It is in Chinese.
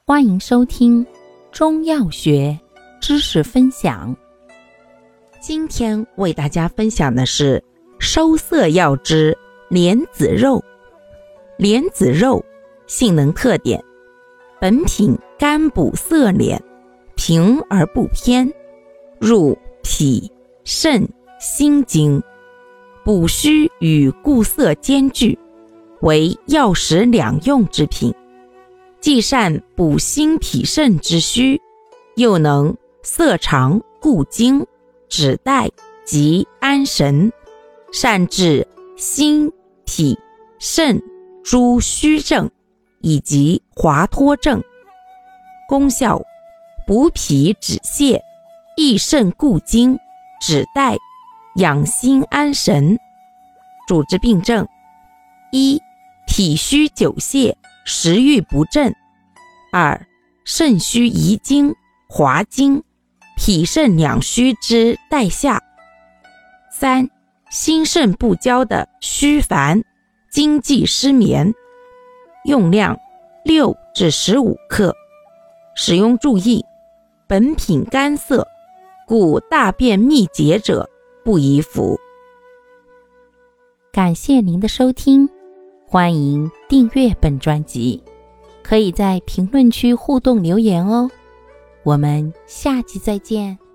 欢迎收听中药学知识分享。今天为大家分享的是收涩药之莲子肉。莲子肉性能特点：本品甘补涩敛，平而不偏，入脾、肾、心经，补虚与固涩兼具，为药食两用之品，既善补心脾肾之虚，又能涩肠固精、止带及安神，善治心脾肾诸虚症以及滑脱症。功效：补脾止泻，益肾固精，止带，养心安神。主治病症：一、脾虚久泻，食欲不振；二、肾虚遗精、滑精，脾肾两虚之带下；三、心肾不交的虚烦、经悸失眠。用量6至15克。使用注意：本品干涩，故大便秘结者不宜服。 感谢您的收听，欢迎订阅本专辑，可以在评论区互动留言哦。我们下期再见。